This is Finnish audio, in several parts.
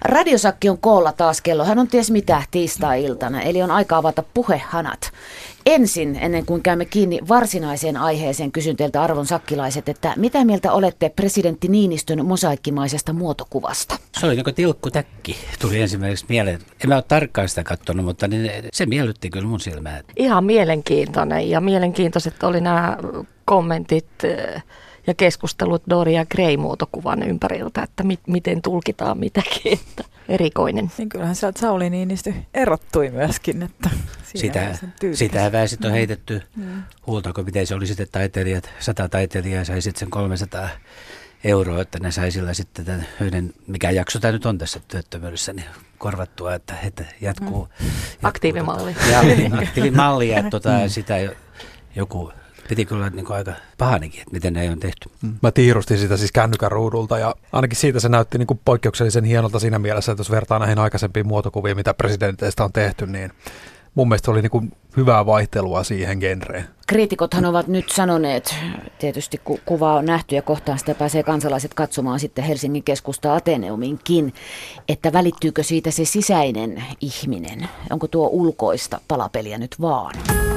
Radiosakki on koolla taas kello. Hän on ties mitä tiistai-iltana, eli on aika avata puhehanat. Ensin, ennen kuin käymme kiinni varsinaiseen aiheeseen, kysyn teiltä arvon sakkilaiset, että mitä mieltä olette presidentti Niinistön mosaikkimaisesta muotokuvasta? Se oli niin tilkkutäkki, tuli ensimmäiseksi mieleen. En mä ole tarkkaan sitä katsonut, mutta niin se miellytti kyllä mun silmään. Ihan mielenkiintoinen ja mielenkiintoiset oli nämä kommentit ja keskustelut Dorian Gray-muotokuvan ympäriltä, että miten tulkitaan mitäkin, että erikoinen. Niin kyllähän sieltä Sauli Niinistö erottui myöskin, että sitä väisit on heitetty huulta, kun miten se oli sitten taiteilijat, 100 taiteilijaa sai sitten sen 300 euroa, että ne sai sillä sitten tämän yhden, mikä jakso tämä nyt on tässä työttömyydessä, niin korvattua, että jatkuu. Aktiivimalli. Aktiivimalli, ja sitä joku piti kyllä niin aika pahanikin, että miten näin on tehty. Mä tiirustin sitä siis kännykän ruudulta ja ainakin siitä se näytti niin kuin poikkeuksellisen hienolta siinä mielessä, että jos vertaa näihin aikaisempiin muotokuviin, mitä presidenteistä on tehty, niin mun mielestä oli niin kuin hyvää vaihtelua siihen genreen. Kriitikothan ovat nyt sanoneet, tietysti kun kuvaa on nähty ja kohtaan sitä pääsee kansalaiset katsomaan sitten Helsingin keskusta Ateneuminkin, että välittyykö siitä se sisäinen ihminen? Onko tuo ulkoista palapeliä nyt vaan?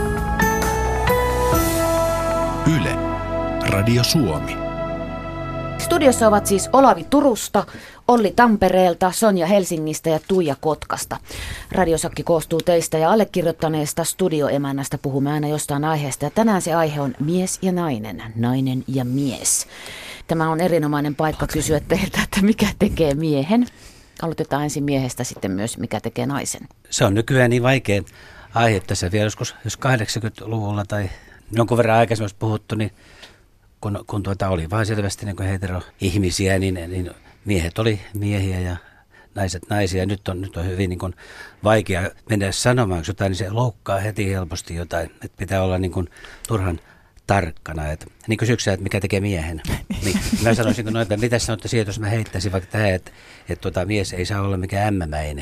Yle, Radio Suomi. Studiossa ovat siis Olavi Turusta, Olli Tampereelta, Sonja Helsingistä ja Tuija Kotkasta. Radiosakki koostuu teistä ja allekirjoittaneesta studioemännästä. Puhumme aina jostain aiheesta ja tänään se aihe on mies ja nainen, nainen ja mies. Tämä on erinomainen paikka kysyä teiltä, että mikä tekee miehen. Aloitetaan ensin miehestä, sitten myös mikä tekee naisen. Se on nykyään niin vaikea aihe tässä vielä joskus, jos 80-luvulla tai jonkun verran aikaisemmin puhuttu, niin kun oli vain selvästi niin hetero-ihmisiä, niin miehet oli miehiä ja naiset naisia. Nyt on hyvin niin kuin vaikea mennä sanomaan jotain, niin se loukkaa heti helposti jotain. Että pitää olla niin kuin turhan tarkkana. Että, niin kysyksä sä, että mikä tekee miehen? Niin, mä sanoisin, että mitä sanotte siitä, jos mä heittäisin vaikka tähän, että mies ei saa olla mikään ämmämäinen.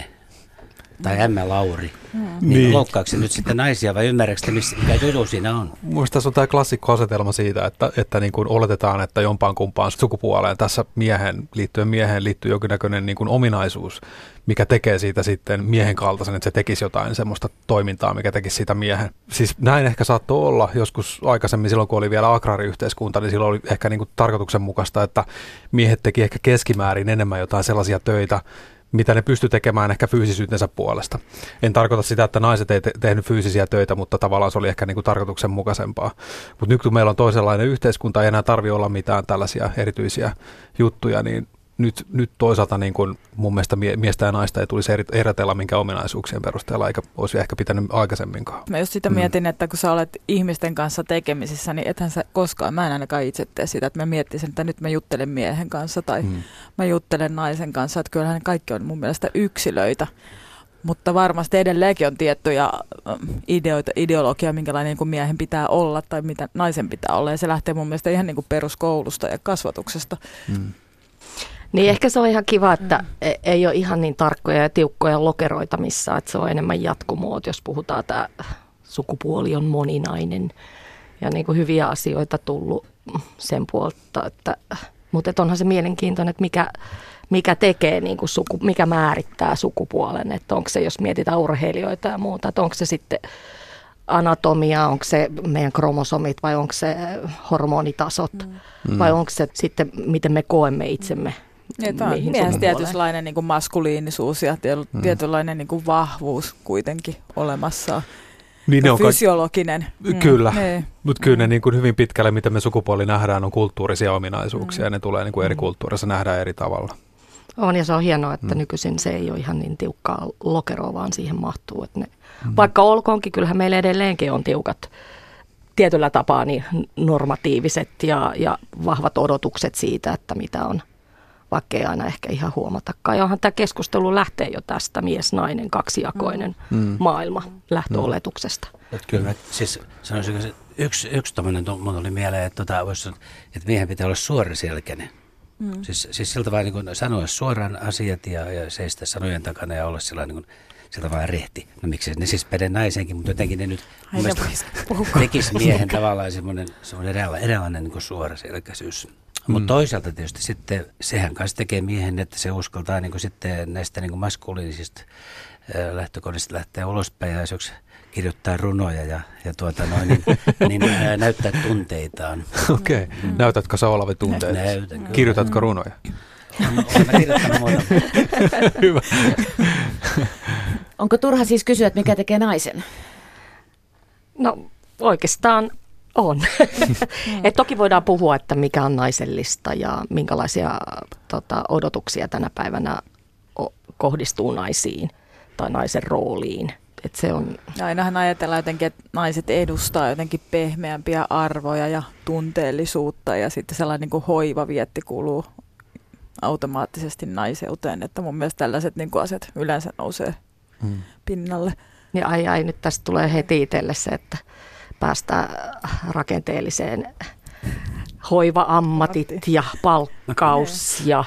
Tai Lauri. Niin loukkaako se nyt sitten naisia vai ymmärrätkö mikä jutu siinä on? Mielestäni tässä on tämä klassikkoasetelma siitä, että niin kuin oletetaan, että jompaan kumpaan sukupuoleen tässä mieheen liittyy jonkinnäköinen niin kuin ominaisuus, mikä tekee siitä sitten miehen kaltaisen, että se tekisi jotain semmoista toimintaa, mikä tekisi siitä miehen. Siis näin ehkä saattoi olla joskus aikaisemmin silloin, kun oli vielä agraariyhteiskunta, niin silloin oli ehkä niin kuin tarkoituksenmukaista, että miehet teki ehkä keskimäärin enemmän jotain sellaisia töitä, mitä ne pysty tekemään ehkä fyysisyytensä puolesta. En tarkoita sitä, että naiset ei tehnyt fyysisiä töitä, mutta tavallaan se oli ehkä niin kuin tarkoituksenmukaisempaa. Mutta nyt kun meillä on toisenlainen yhteiskunta, ei enää tarvitse olla mitään tällaisia erityisiä juttuja, niin nyt toisaalta niin kuin mun mielestä miestä ja naista ei tulisi erotella minkään ominaisuuksien perusteella, eikä olisi ehkä pitänyt aikaisemminkaan. Mä just sitä mietin, että kun sä olet ihmisten kanssa tekemisissä, niin ethän sä koskaan, mä en ainakaan itse tee sitä, että mä miettisin, että nyt mä juttelen miehen kanssa tai mä juttelen naisen kanssa, että kyllähän kaikki on mun mielestä yksilöitä. Mutta varmasti edelleenkin on tiettyjä ideologia, minkälainen niin kuin miehen pitää olla tai mitä naisen pitää olla, ja se lähtee mun mielestä ihan niin kuin peruskoulusta ja kasvatuksesta. Niin ehkä se on ihan kiva, että ei ole ihan niin tarkkoja ja tiukkoja lokeroita missään, että se on enemmän jatkumoot, jos puhutaan, että sukupuoli on moninainen ja niin kuin hyviä asioita tullut sen puolta, mutta onhan se mielenkiintoinen, että mikä tekee, niin kuin mikä määrittää sukupuolen, että onko se, jos mietitään urheilijoita ja muuta, että onko se sitten anatomia, onko se meidän kromosomit vai onko se hormonitasot vai onko se sitten, miten me koemme itsemme. Mielestäni tietynlainen niin kuin maskuliinisuus ja tietynlainen niin kuin vahvuus kuitenkin olemassa. Niin ne on fysiologinen. Kyllä, mutta kyllä ne niin kuin hyvin pitkälle, mitä me sukupuoli nähdään, on kulttuurisia ominaisuuksia ja ne tulee niin kuin eri kulttuurissa nähdään eri tavalla. On ja se on hienoa, että nykyisin se ei ole ihan niin tiukkaa lokeroa, vaan siihen mahtuu. Että vaikka olkoonkin, kyllähän meillä edelleenkin on tiukat tietyllä tapaa niin normatiiviset ja vahvat odotukset siitä, että mitä on, vaikka ei aina ehkä ihan huomatakaan. Ja onhan tämä keskustelu lähtee jo tästä mies-nainen kaksijakoinen maailma lähtöoletuksesta. Kyllä, siis sanoisin, että yksi tommoinen mun oli mieleen, että miehen pitää olla suoraselkäinen. Siis siltä vaan niin sanoa suoraan asiat ja seistä sanojen takana ja olla sellainen niin siltä vaan rehti. No miksi ne siis päde naisenkin, mutta jotenkin ne nyt tekisi miehen tavallaan semmoinen erilainen niin suoraselkäisyys Mutta toisaalta tietysti sitten sehän kanssa tekee miehen, että se uskaltaa niin kuin sitten näistä niin kuin maskuliinisista lähtökohdista lähteä ulospäin ja jos kirjoittaa runoja ja niin näyttää tunteitaan. Okei. Näytätkö sä Olavi tunteita? Näytän kyllä. Kirjoitatko runoja? Olen kirjoittanut monta. Hyvä. Onko turha siis kysyä, että mikä tekee naisen? No oikeastaan on. Et toki voidaan puhua, että mikä on naisellista ja minkälaisia odotuksia tänä päivänä kohdistuu naisiin tai naisen rooliin. Et se on... Ainahan ajatellaan jotenkin, että naiset edustaa jotenkin pehmeämpiä arvoja ja tunteellisuutta ja sitten sellainen niin kuin hoivavietti kuuluu automaattisesti naiseuteen, että mun mielestä tällaiset niin kuin asiat yleensä nousee pinnalle. Ja ai, nyt tästä tulee heti itselle se, että päästään rakenteelliseen hoiva-ammatit ja palkkaus ja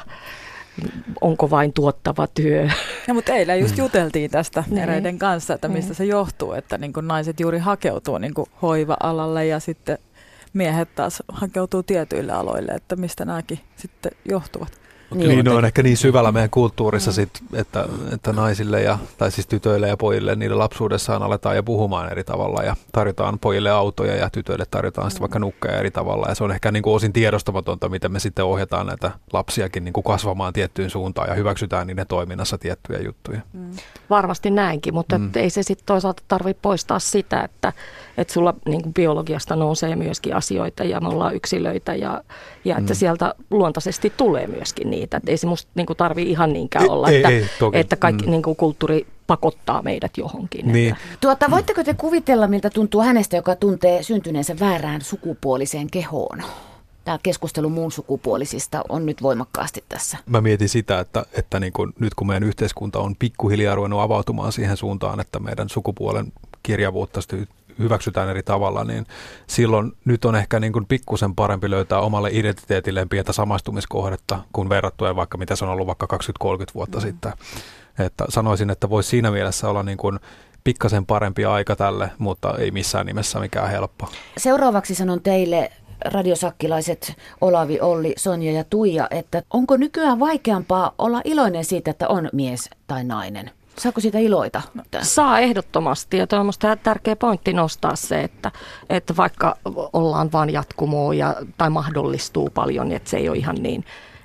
onko vain tuottava työ. No, mutta eilen just juteltiin tästä eräiden kanssa, että mistä se johtuu, että niin kuin naiset juuri hakeutuu niin kuin hoiva-alalle ja sitten miehet taas hakeutuu tietyille aloille, että mistä nämäkin sitten johtuvat. Niin on ehkä niin syvällä meidän kulttuurissa, että naisille tai siis tytöille ja pojille niiden lapsuudessaan aletaan jo puhumaan eri tavalla ja tarjotaan pojille autoja ja tytöille tarjotaan sitten vaikka nukkeja eri tavalla. Ja se on ehkä niin kuin osin tiedostamatonta, miten me sitten ohjataan näitä lapsiakin niin kuin kasvamaan tiettyyn suuntaan ja hyväksytään niiden toiminnassa tiettyjä juttuja. Varmasti näinkin, mutta ei se sitten toisaalta tarvitse poistaa sitä, että sulla niin kuin biologiasta nousee myöskin asioita ja me ollaan yksilöitä ja että sieltä luontaisesti tulee myöskin niitä. Että ei se musta niin kuin tarvitse ihan niinkään olla, että kaikki niin kuin kulttuuri pakottaa meidät johonkin. Niin. Voitteko te kuvitella, miltä tuntuu hänestä, joka tuntee syntyneensä väärään sukupuoliseen kehoon? Tämä keskustelu muun sukupuolisista on nyt voimakkaasti tässä. Mä mietin sitä, että niin kun, nyt kun meidän yhteiskunta on pikkuhiljaa ruvennut avautumaan siihen suuntaan, että meidän sukupuolen kirjavuutta hyväksytään eri tavalla, niin silloin nyt on ehkä niin kuin pikkusen parempi löytää omalle identiteetilleen pientä samaistumiskohdetta, kun verrattuna vaikka mitä se on ollut vaikka 20-30 vuotta sitten. Että sanoisin, että voisi siinä mielessä olla niin kuin pikkasen parempi aika tälle, mutta ei missään nimessä mikään helppo. Seuraavaksi sanon teille, radiosakkilaiset Olavi, Olli, Sonja ja Tuija, että onko nykyään vaikeampaa olla iloinen siitä, että on mies tai nainen? Saako siitä iloita? Saa ehdottomasti, ja tuo on minusta tärkeä pointti nostaa se, että vaikka ollaan vain jatkumoa tai mahdollistuu paljon, että se ei ole ihan niin,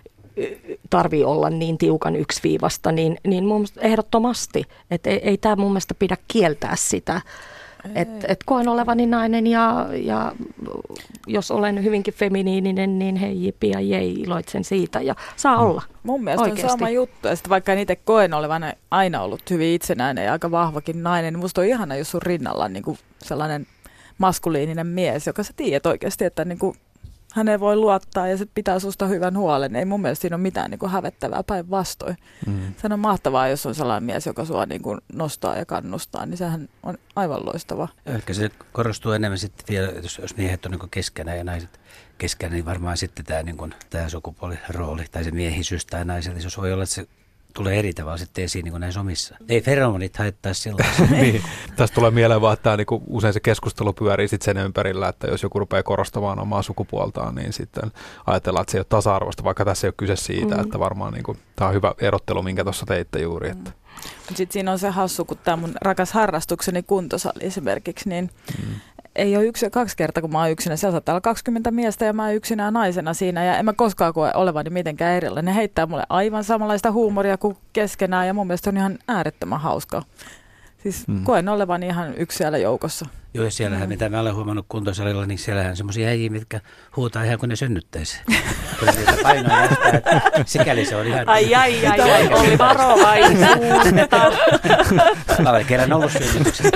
tarvitse olla niin tiukan yksiviivasta, niin mun mielestä ehdottomasti, että ei tämä mun mielestä pidä kieltää sitä. Et koen olevani nainen ja jos olen hyvinkin feminiininen, niin hei jipi ja jei, iloitsen siitä ja saa olla. Mun mielestä oikeasti on sama juttu. Ja sitten vaikka en itse koen olevani aina ollut hyvin itsenäinen ja aika vahvakin nainen, niin musta on ihana, jos sun rinnalla on niin sellainen maskuliininen mies, joka sä tiedät oikeasti, että niin kuin häneen voi luottaa ja se pitää susta hyvän huolen. Ei mun mielestä siinä ole mitään niin kuin hävettävää päinvastoin. Sehän on mahtavaa, jos on sellainen mies, joka sua niin kuin nostaa ja kannustaa, niin sehän on aivan loistavaa. Ehkä se korostuu enemmän sitten vielä, jos miehet on niin kuin keskenään ja naiset keskenään, niin varmaan sitten tämä, niin kuin, tämä sukupuolirooli tai se miehisyys tai naisellisuus voi olla, että se tulee eri tavalla sitten esiin niin kuin näissä omissa. Ei feromonit haittaisi silloin. Niin. Tästä tulee mieleen vaan, että niin usein se keskustelu pyörii sitten sen ympärillä, että jos joku rupeaa korostamaan omaa sukupuoltaan, niin sitten ajatellaan, että se ei ole tasa-arvoista, vaikka tässä ei ole kyse siitä, että varmaan niin kuin, tämä on hyvä erottelu, minkä tuossa teitte juuri. Että. Sitten siinä on se hassu, kun tämä mun rakas harrastukseni kuntosali esimerkiksi, niin ei ole 1 ja 2 kertaa, kun mä oon yksinä. Siellä saattaa olla 20 miestä ja mä oon yksinään naisena siinä. Ja en mä koskaan koe olevani mitenkään erilainen. Ne heittää mulle aivan samanlaista huumoria kuin keskenään ja mun mielestä on ihan äärettömän hauskaa. Siis koen olevani ihan yksi siellä joukossa. Joo, ja siellähän, mitä mä olen huomannut kuntosalilla, niin siellähän on semmoisia äijiä, mitkä huutaa ihan kuin ne synnyttäisi. Kyllä niitä painoa näyttää, että sikäli se on ihan... Ai, oli varovaisuutta. Mä olen kerran ollut synnytyksessä.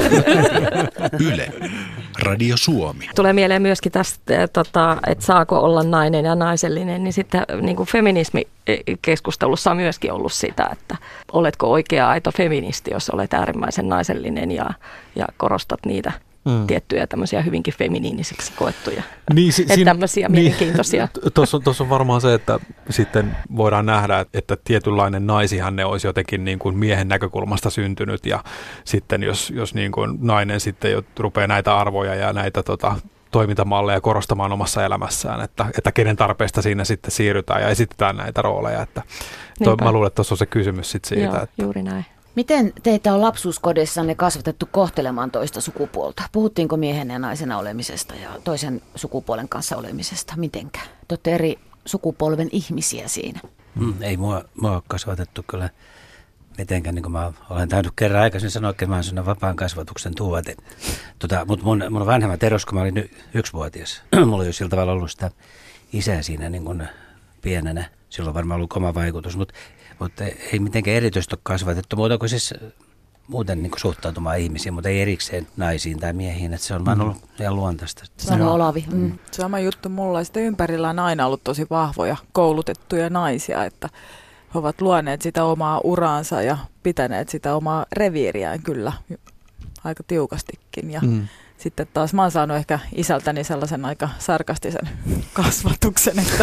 Yle, Radio Suomi. Tulee mieleen myöskin tästä, että saako olla nainen ja naisellinen, niin sitten niin kuin feminismikeskustelussa on myöskin ollut sitä, että oletko oikea aito feministi, jos olet äärimmäisen naisellinen ja korostat niitä tiettyjä tämmöisiä hyvinkin feminiinisiksi koettuja. Niin, tämmöisiä mielenkiintoisia. Tuossa on varmaan se, että sitten voidaan nähdä, että tietynlainen naisihanne olisi jotenkin niin kuin miehen näkökulmasta syntynyt ja sitten jos niin kuin nainen sitten jo rupeaa näitä arvoja ja näitä toimintamalleja korostamaan omassa elämässään, että kenen tarpeesta siinä sitten siirrytään ja esitetään näitä rooleja. Että mä luulen, että tuossa on se kysymys sit siitä. Joo, juuri näin. Miten teitä on lapsuuskodissanne kasvatettu kohtelemaan toista sukupuolta? Puhuttiinko miehen ja naisena olemisesta ja toisen sukupuolen kanssa olemisesta? Mitenkä? Te olette eri sukupolven ihmisiä siinä. Ei mua ole kasvatettu kyllä mitenkään, niin kuin mä olen tainnut kerran aikaisemmin sanoa, että mä olen sellainen vapaan kasvatuksen tuote. Mutta mun vanhemmat eros, kun mä olin 1-vuotias. Mulla oli jo sillä tavalla ollut sitä isää siinä niin kuin pienenä. Silloin varmaan ollut oma vaikutus, mutta ei mitenkään erityisesti ole kasvatettu. Muuta kuin siis muuten niin kuin suhtautumaan ihmisiin, mutta ei erikseen naisiin tai miehiin. Että se on vaan ollut ihan luontaista. Sano Olavi. Sama juttu mulla. Sitten ympärillä on aina ollut tosi vahvoja koulutettuja naisia, että he ovat luoneet sitä omaa uraansa ja pitäneet sitä omaa reviiriään kyllä aika tiukastikin. Ja sitten taas mä oon saanut ehkä isältäni sellaisen aika sarkastisen kasvatuksen, että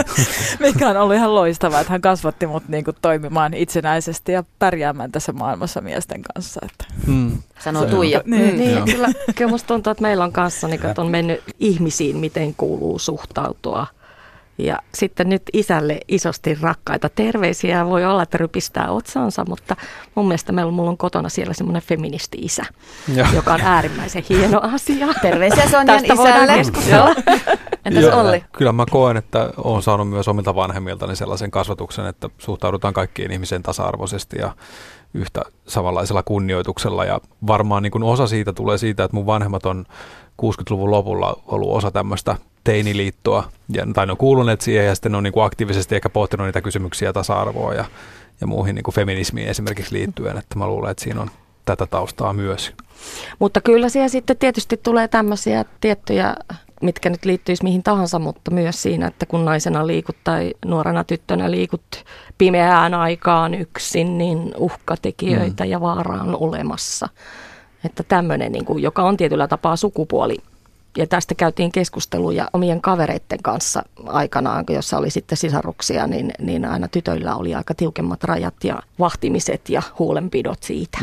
mikä on ollut ihan loistavaa, että hän kasvatti mut niin kuin toimimaan itsenäisesti ja pärjäämään tässä maailmassa miesten kanssa. Että. Sanoo Tuija. Niin, kyllä musta tuntuu, että meillä on kanssa niin on mennyt ihmisiin, miten kuuluu suhtautua. Ja sitten nyt isälle isosti rakkaita terveisiä. Voi olla, että rypistää otsaansa, mutta mun mielestä mulla on kotona siellä semmoinen feministi-isä, joka on äärimmäisen hieno asia. Terveisiä Sonjan Tästä voidaan keskustella. Entäs Olli? Kyllä mä koen, että olen saanut myös omilta vanhemmiltani sellaisen kasvatuksen, että suhtaudutaan kaikkiin ihmisen tasa-arvoisesti ja yhtä samanlaisella kunnioituksella. Ja varmaan niin kuin osa siitä tulee siitä, että mun vanhemmat on 60-luvun lopulla ollut osa tämmöistä teiniliittoa, tai ne on kuuluneet siihen ja sitten ne on niin kuin aktiivisesti ehkä pohtinut niitä kysymyksiä tasa-arvoa ja muihin niin kuin feminismiin esimerkiksi liittyen, että mä luulen, että siinä on tätä taustaa myös. Mutta kyllä siellä sitten tietysti tulee tämmöisiä tiettyjä, mitkä nyt liittyisi mihin tahansa, mutta myös siinä, että kun naisena liikut tai nuorena tyttönä liikut pimeään aikaan yksin, niin uhkatekijöitä ja vaara on olemassa. Että tämmöinen, niin kuin, joka on tietyllä tapaa sukupuoli. Ja tästä käytiin keskusteluja omien kavereiden kanssa aikanaan, jossa oli sitten sisaruksia, niin aina tytöillä oli aika tiukemmat rajat ja vahtimiset ja huolenpidot siitä.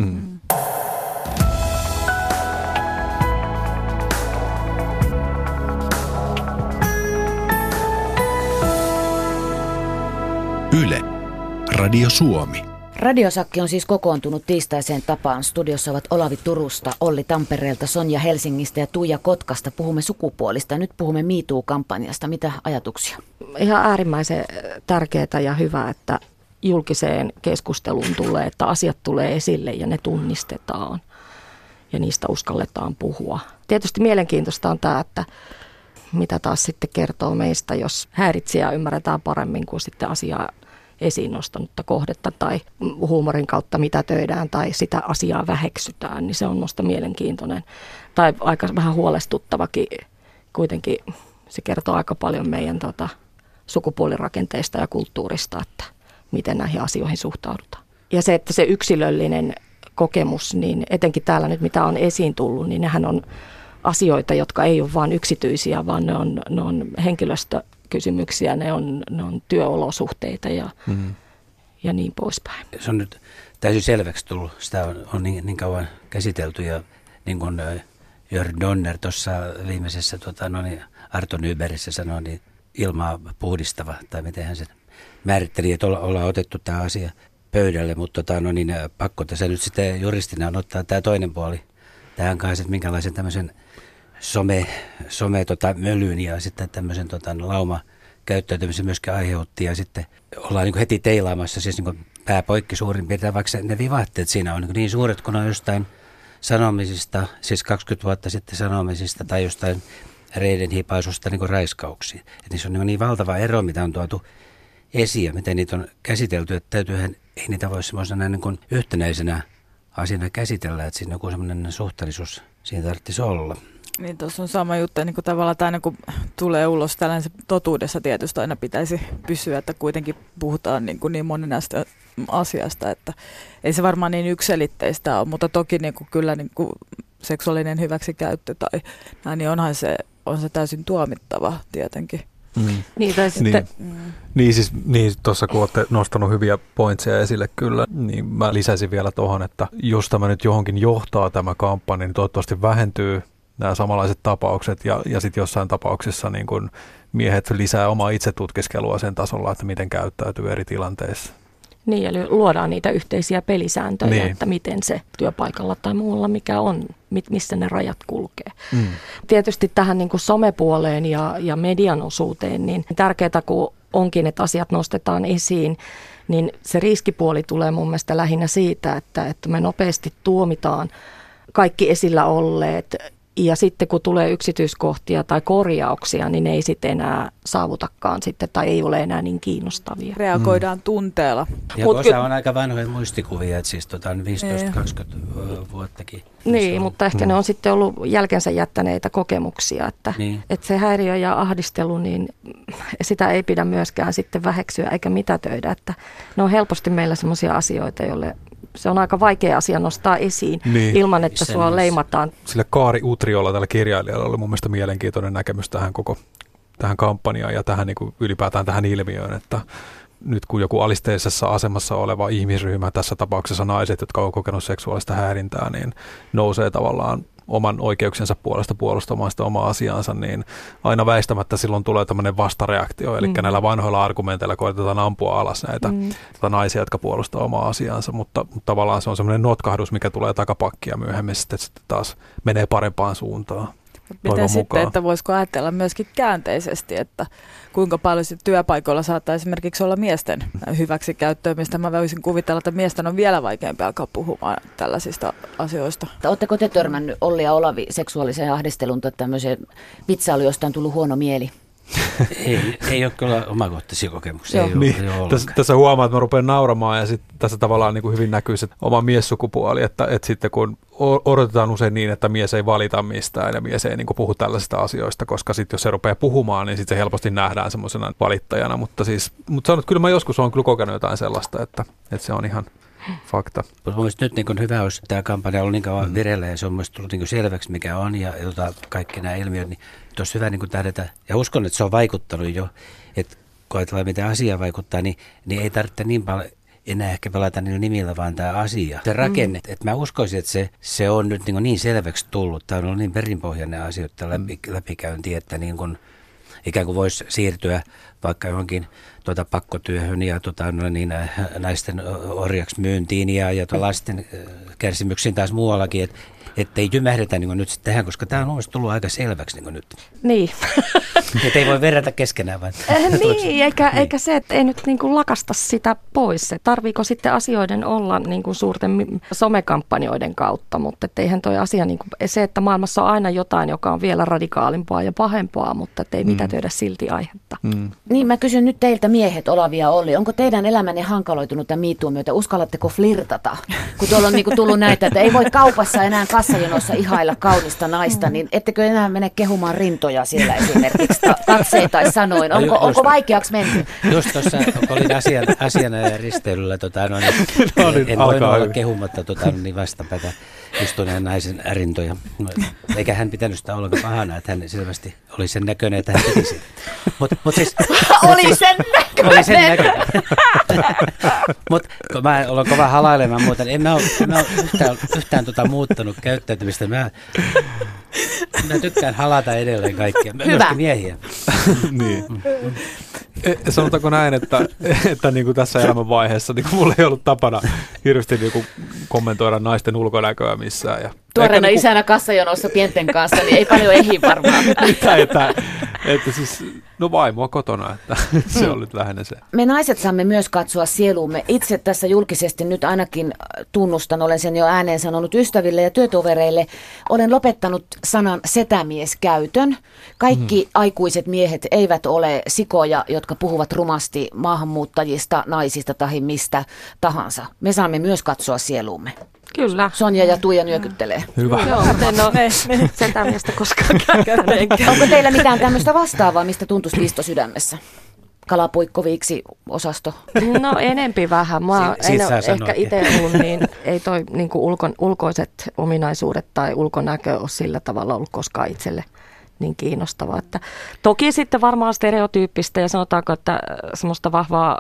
Yle, Radio Suomi. Radiosakki on siis kokoontunut tiistaiseen tapaan. Studiossa ovat Olavi Turusta, Olli Tampereelta, Sonja Helsingistä ja Tuija Kotkasta. Puhumme sukupuolista ja nyt puhumme Me Too-kampanjasta. Mitä ajatuksia? Ihan äärimmäisen tärkeää ja hyvä, että julkiseen keskusteluun tulee, että asiat tulee esille ja ne tunnistetaan ja niistä uskalletaan puhua. Tietysti mielenkiintoista on tämä, että mitä taas sitten kertoo meistä, jos häiritsijää ymmärretään paremmin kuin sitten asiaa esiin nostanutta kohdetta tai huumorin kautta mitätöidään tai sitä asiaa väheksytään, niin se on minusta mielenkiintoinen tai aika vähän huolestuttavakin. Kuitenkin se kertoo aika paljon meidän sukupuolirakenteista ja kulttuurista, että miten näihin asioihin suhtaudutaan. Ja se, että se yksilöllinen kokemus, niin etenkin täällä nyt mitä on esiin tullut, niin nehän on asioita, jotka ei ole vain yksityisiä, vaan ne on henkilöstökysymyksiä, ne on työolosuhteita ja niin poispäin. Se on nyt täysin selväksi tullut. Sitä on niin kauan käsitelty ja niin kuin Jörg Donner tuossa viimeisessä Arto Nyberissä sanoi, niin ilmaa puhdistava, tai miten hän se määritteli, että ollaan otettu tämä asia pöydälle, mutta pakko tässä nyt sitten juristina on ottaa tämä toinen puoli tähän kanssa, että minkälaisen tämmöisen mölyn ja sitten tämmöisen laumakäyttäytymisen myöskin aiheutti ja sitten ollaan niin kuin heti teilaamassa siis niin kuin pää poikki suurin piirtein, vaikka ne vivahteet siinä on niin suuret, kun on jostain sanomisista, siis 20 vuotta sitten sanomisista tai jostain reiden hipaisusta niin kuin raiskauksiin. Että niissä on niin valtava ero, mitä on tuotu esiin ja miten niitä on käsitelty, että ei niitä voi semmoisena niin kuin yhtenäisenä asiana käsitellä, että siinä joku semmoinen suhteellisuus siinä tarvitsisi olla. Niin tuossa on sama juttu, niin kuin tavallaan aina kun tulee ulos tällainen totuudessa tietysti aina pitäisi pysyä, että kuitenkin puhutaan niin monenlaista asiasta, että ei se varmaan niin yksiselitteistä ole, mutta toki niin kuin kyllä niin kuin seksuaalinen hyväksikäyttö tai näin, niin on se täysin tuomittava tietenkin. Niin, tai sitten... Niin tuossa kun olette nostanut hyviä pointseja esille kyllä, niin mä lisäisin vielä tuohon, että jos tämä nyt johonkin johtaa tämä kampanja, niin toivottavasti vähentyy nämä samanlaiset tapaukset ja sitten jossain tapauksissa niin kun miehet lisää omaa itsetutkiskelua sen tasolla, että miten käyttäytyy eri tilanteissa. Niin, eli luodaan niitä yhteisiä pelisääntöjä, niin, että miten se työpaikalla tai muulla, mikä on, missä ne rajat kulkee. Tietysti tähän niin kuin somepuoleen ja median osuuteen, niin tärkeää kun onkin, että asiat nostetaan esiin, niin se riskipuoli tulee mun mielestä lähinnä siitä, että me nopeasti tuomitaan kaikki esillä olleet. Ja sitten kun tulee yksityiskohtia tai korjauksia, niin ne ei sitten enää saavutakaan sitten tai ei ole enää niin kiinnostavia. Reagoidaan tunteella. Ja osa on aika vanhoja muistikuvia, että siis 15-20 vuottakin. Niin, mutta ehkä ne on sitten ollut jälkensä jättäneitä kokemuksia, että se häiriö ja ahdistelu, niin sitä ei pidä myöskään sitten väheksyä eikä mitätöidä, että ne on helposti meillä semmoisia asioita, joille se on aika vaikea asia nostaa esiin ilman, että sua leimataan. Sillä Kaari Utriolla, tällä kirjailijalla, oli mun mielestä mielenkiintoinen näkemys tähän kampanjaan ja tähän niin kuin ylipäätään tähän ilmiöön, että nyt kun joku alisteisessa asemassa oleva ihmisryhmä, tässä tapauksessa naiset, jotka on kokenut seksuaalista häirintää, niin nousee tavallaan oman oikeuksensa puolesta puolustamaan sitä omaa asiaansa, niin aina väistämättä silloin tulee tämmöinen vastareaktio, eli näillä vanhoilla argumenteilla koitetaan ampua alas näitä naisia, jotka puolustavat omaa asiaansa, mutta tavallaan se on semmoinen notkahdus, mikä tulee takapakkia myöhemmin, sitten taas menee parempaan suuntaan. Miten sitten, että voisiko ajatella myöskin käänteisesti, että kuinka paljon työpaikoilla saattaa esimerkiksi olla miesten hyväksikäyttöä, mistä mä voisin kuvitella, että miesten on vielä vaikeampi alkaa puhumaan tällaisista asioista. Oletteko te törmännyt Olli ja Olavi seksuaaliseen ahdistelun tai tämmöiseen vitsailuun, josta on tullut huono mieli? Ei ole kyllä omakohtaisia kokemuksia. Tässä huomaa, että mä rupean nauramaan ja sitten tässä tavallaan niin kuin hyvin näkyy se oma miessukupuoli, että sitten kun odotetaan usein niin, että mies ei valita mistään ja mies ei niin kuin puhu tällaisista asioista, koska sitten jos se rupeaa puhumaan, niin sitten se helposti nähdään semmoisena valittajana, mutta sanon, että kyllä mä joskus olen kyllä kokenut jotain sellaista, että se on ihan fakta. Mielestäni nyt niin hyvä olisi, tämä kampanja on niin kauan vireillä ja se on mielestäni tullut niin selväksi, mikä on ja kaikki nämä ilmiöt, niin olisi hyvä niin tähdätä. Ja uskon, että se on vaikuttanut jo, että kun ajatellaan, miten asia vaikuttaa, niin ei tarvitse niin paljon enää ehkä pelata niillä nimillä, vaan tämä asia, se rakenne. Että mä uskoisin, että se on nyt niin selväksi tullut. Tämä on ollut niin perinpohjainen asia, että läpikäynti, että niin kuin ikään kuin voisi siirtyä vaikka johonkin pakkotyöhön ja naisten orjaksi myyntiin ja lasten kärsimyksiin taas muuallakin, että ei jymähdetä niin nyt tähän, koska tämä on ollut tullut aika selväksi niin nyt. Niin. Että ei voi verrata keskenään vain. Eikä se, että ei nyt niin kuin lakasta sitä pois. Tarviiko sitten asioiden olla niin kuin suurten somekampanjoiden kautta, mutta eihän toi asia, niin kuin, se, että maailmassa on aina jotain, joka on vielä radikaalimpaa ja pahempaa, mutta ei mitätöidä silti aihetta. Niin, mä kysyn nyt teiltä miehet, Olavi ja Olli, onko teidän elämänne hankaloitunut tämän MeToon myötä? Uskallatteko flirtata? Kun tuolla on niin kuin tullut näitä, että ei voi kaupassa enää kassajonossa ihailla kaunista naista, niin ettekö enää mene kehumaan rintoja siellä esimerkiksi katsein tai sanoin? Onko vaikeaksi mennyt? Just tuossa olin asiana risteilyllä, en voinut olla kehumatta niin vastapäätä istuneen naisen rintoja. Eikä hän pitänyt sitä ollenkaan pahana, että hän selvästi oli sen näköinen, että hän teki sitä. Oli sen näköinen! Mutta mä olen kova halailemaan muuta, en mä ole yhtään muuttanut käyttäytymistä. Mä tykkään halata edelleen kaikkia, myöskin miehiä. Niin. Sanotaanko näin, että niin kuin tässä elämänvaiheessa niin kuin mulla ei ollut tapana hirveästi niin kuin kommentoida naisten ulkonäköä missään. Ja tuoreena niin isänä kassajonossa pienten kanssa, niin ei paljon ehdi varmaan. että siis, no vaimoa kotona, että se on nyt lähinnä se. Me naiset saamme myös katsoa sieluumme. Itse tässä julkisesti nyt ainakin tunnustan, olen sen jo ääneen sanonut ystäville ja työtovereille. Olen lopettanut sanan setämies käytön. Kaikki aikuiset miehet eivät ole sikoja, jotka puhuvat rumasti maahanmuuttajista, naisista tai mistä tahansa. Me saamme myös katsoa sieluumme. Kyllä. Sonja ja Tuija nyökyttelee. Hyvä. Joo, en ole setämiestä koskaan käyttänyt. Onko teillä mitään tämmöistä vastaavaa, mistä tuntuisi listo sydämessä? Kalapuikkoviiksi osasto? No enempi vähän. Mä en ehkä itse ollut, niin ei toi niin kuin ulkoiset ominaisuudet tai ulkonäkö ole sillä tavalla ollut koskaan itselle niin kiinnostavaa. Että toki sitten varmaan stereotyyppistä ja sanotaanko, että semmoista vahvaa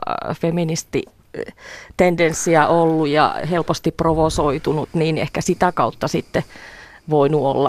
feministitendenssiä ollut ja helposti provosoitunut, niin ehkä sitä kautta sitten voinut olla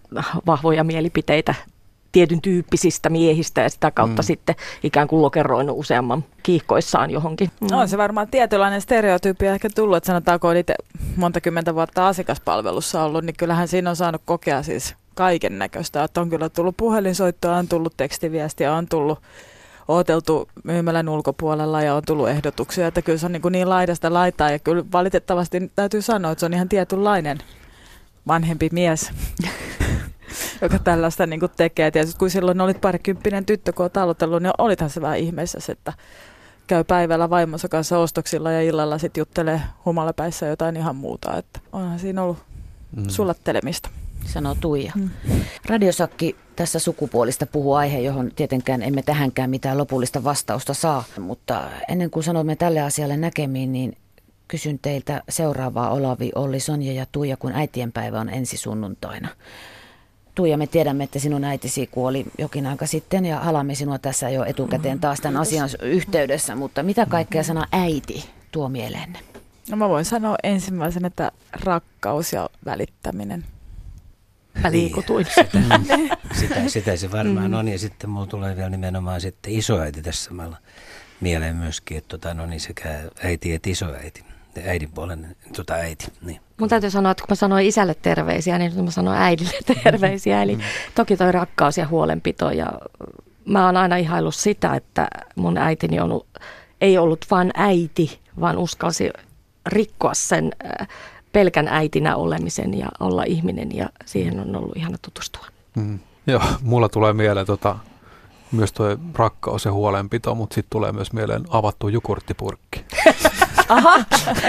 vahvoja mielipiteitä tietyn tyyppisistä miehistä ja sitä kautta sitten ikään kuin lokeroinut useamman kiihkoissaan johonkin. On se varmaan tietynlainen stereotyyppi ehkä tullut, että sanotaanko on itse monta kymmentä vuotta asiakaspalvelussa ollut, niin kyllähän siinä on saanut kokea siis kaiken näköistä. Että on kyllä tullut puhelinsoittoa, on tullut tekstiviestiä, on tullut odoteltu myymälän ulkopuolella ja on tullut ehdotuksia, että kyllä se on niin laidasta laitaa ja kyllä valitettavasti täytyy sanoa, että se on ihan tietynlainen vanhempi mies, joka tällaista niin kuin tekee. Tietysti kun silloin olit parikymppinen tyttö, kun olet aloitellut, niin olithan se vähän ihmeessä, että käy päivällä vaimonsa kanssa ostoksilla ja illalla sitten juttelee humalapäissä jotain ihan muuta. Että onhan siinä ollut sulattelemista. Sanoo Tuija. Radiosakki tässä sukupuolista puhuu aihe, johon tietenkään emme tähänkään mitään lopullista vastausta saa. Mutta ennen kuin sanomme tälle asialle näkemiin, niin kysyn teiltä seuraavaa, Olavi, Olli, Sonja ja Tuija, kun äitienpäivä on ensi sunnuntaina. Tuija, me tiedämme, että sinun äitisi kuoli jokin aika sitten ja halamme sinua tässä jo etukäteen taas tämän asian yhteydessä, mutta mitä kaikkea sana äiti tuo mieleenne? No mä voin sanoa ensimmäisenä, että rakkaus ja välittäminen. Mä liikutuin. Sitä se varmaan on, ja sitten mulla tulee vielä nimenomaan sitten isoäiti tässä samalla mieleen myöskin, että niin sekä äiti että isoäiti, äidin puolen äiti. Niin. Mun täytyy sanoa, että kun mä sanoin isälle terveisiä, niin mä sanoin äidille terveisiä, eli toki toi rakkaus ja huolenpito, ja mä oon aina ihaillut sitä, että mun äitini ei ollut vain äiti, vaan uskalsi rikkoa sen pelkän äitinä olemisen ja olla ihminen, ja siihen on ollut ihana tutustua. Joo, mulla tulee mieleen myös tuo rakkaus ja huolenpito, mutta sitten tulee myös mieleen avattu jogurttipurkki. Aha!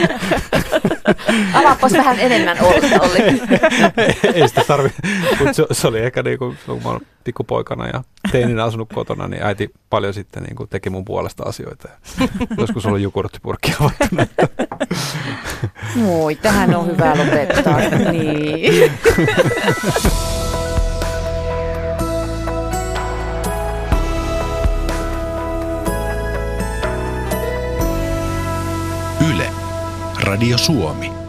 Avaapas vähän enemmän, Olli. Ei sitä tarvitse, mutta se oli ehkä kun mä olen pikkupoikana ja teininä asunut kotona, niin äiti paljon sitten teki mun puolesta asioita. Joskus oli jogurttipurkki avattuna. Moi, tähän on hyvä lopettaa. Niin. Yle, Radio Suomi.